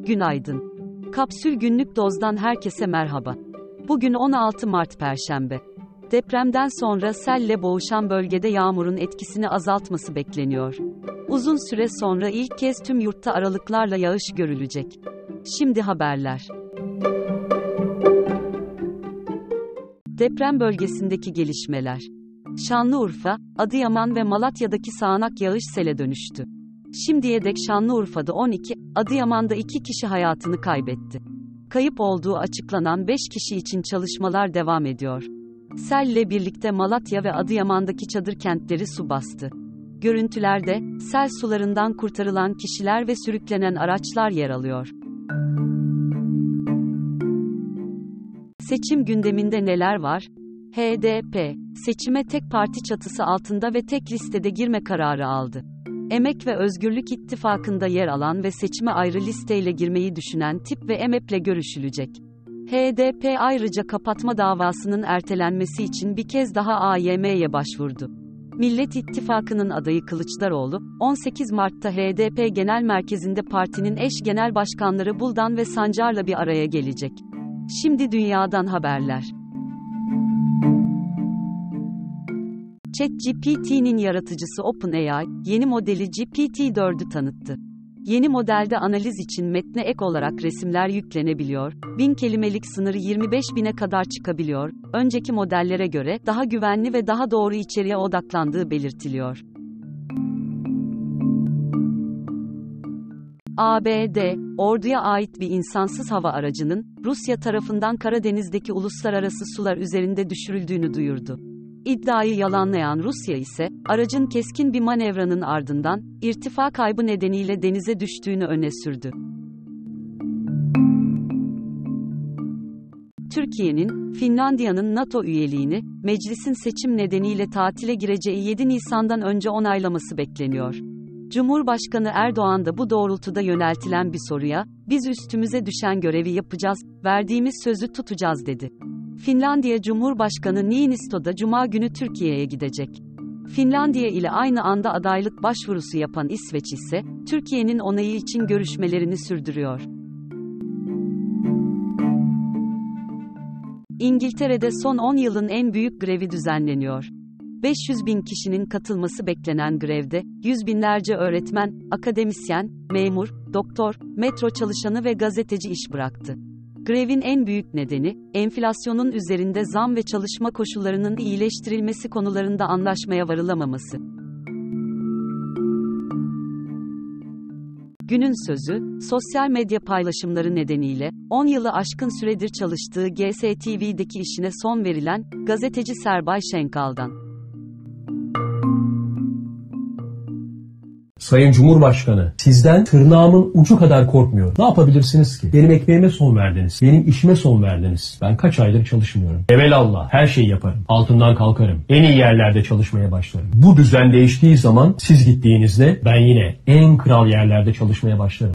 Günaydın. Kapsül Günlük Doz'dan herkese merhaba. Bugün 16 Mart Perşembe. Depremden sonra selle boğuşan bölgede yağmurun etkisini azaltması bekleniyor. Uzun süre sonra ilk kez tüm yurtta aralıklarla yağış görülecek. Şimdi haberler. Deprem bölgesindeki gelişmeler. Şanlıurfa, Adıyaman ve Malatya'daki sağanak yağış sele dönüştü. Şimdiye dek Şanlıurfa'da 12, Adıyaman'da 2 kişi hayatını kaybetti. Kayıp olduğu açıklanan 5 kişi için çalışmalar devam ediyor. Selle birlikte Malatya ve Adıyaman'daki çadır kentleri su bastı. Görüntülerde, sel sularından kurtarılan kişiler ve sürüklenen araçlar yer alıyor. Seçim gündeminde neler var? HDP, seçime tek parti çatısı altında ve tek listede girme kararı aldı. Emek ve Özgürlük İttifakı'nda yer alan ve seçime ayrı listeyle girmeyi düşünen TİP ve EMEP'le görüşülecek. HDP ayrıca kapatma davasının ertelenmesi için bir kez daha AYM'ye başvurdu. Millet İttifakı'nın adayı Kılıçdaroğlu, 18 Mart'ta HDP Genel Merkezi'nde partinin eş genel başkanları Buldan ve Sancar'la bir araya gelecek. Şimdi dünyadan haberler. ChatGPT'nin yaratıcısı OpenAI, yeni modeli GPT-4'ü tanıttı. Yeni modelde analiz için metne ek olarak resimler yüklenebiliyor, 1000 kelimelik sınırı 25.000'e kadar çıkabiliyor, önceki modellere göre daha güvenli ve daha doğru içeriğe odaklandığı belirtiliyor. ABD, orduya ait bir insansız hava aracının, Rusya tarafından Karadeniz'deki uluslararası sular üzerinde düşürüldüğünü duyurdu. İddiayı yalanlayan Rusya ise, aracın keskin bir manevranın ardından, irtifa kaybı nedeniyle denize düştüğünü öne sürdü. Türkiye'nin, Finlandiya'nın NATO üyeliğini, meclisin seçim nedeniyle tatile gireceği 7 Nisan'dan önce onaylaması bekleniyor. Cumhurbaşkanı Erdoğan da bu doğrultuda yöneltilen bir soruya, "Biz üstümüze düşen görevi yapacağız, verdiğimiz sözü tutacağız." dedi. Finlandiya Cumhurbaşkanı Niinisto da Cuma günü Türkiye'ye gidecek. Finlandiya ile aynı anda adaylık başvurusu yapan İsveç ise, Türkiye'nin onayı için görüşmelerini sürdürüyor. İngiltere'de son 10 yılın en büyük grevi düzenleniyor. 500.000 kişinin katılması beklenen grevde, yüz binlerce öğretmen, akademisyen, memur, doktor, metro çalışanı ve gazeteci iş bıraktı. Grevin en büyük nedeni, enflasyonun üzerinde zam ve çalışma koşullarının iyileştirilmesi konularında anlaşmaya varılamaması. Günün sözü, sosyal medya paylaşımları nedeniyle, 10 yılı aşkın süredir çalıştığı GSTV'deki işine son verilen, gazeteci Serbay Şenkal'dan. Sayın Cumhurbaşkanı, sizden tırnağımın ucu kadar korkmuyorum. Ne yapabilirsiniz ki? Benim ekmeğime son verdiniz. Benim işime son verdiniz. Ben kaç aydır çalışmıyorum. Evelallah her şeyi yaparım. Altından kalkarım. En iyi yerlerde çalışmaya başlarım. Bu düzen değiştiği zaman siz gittiğinizde ben yine en kral yerlerde çalışmaya başlarım.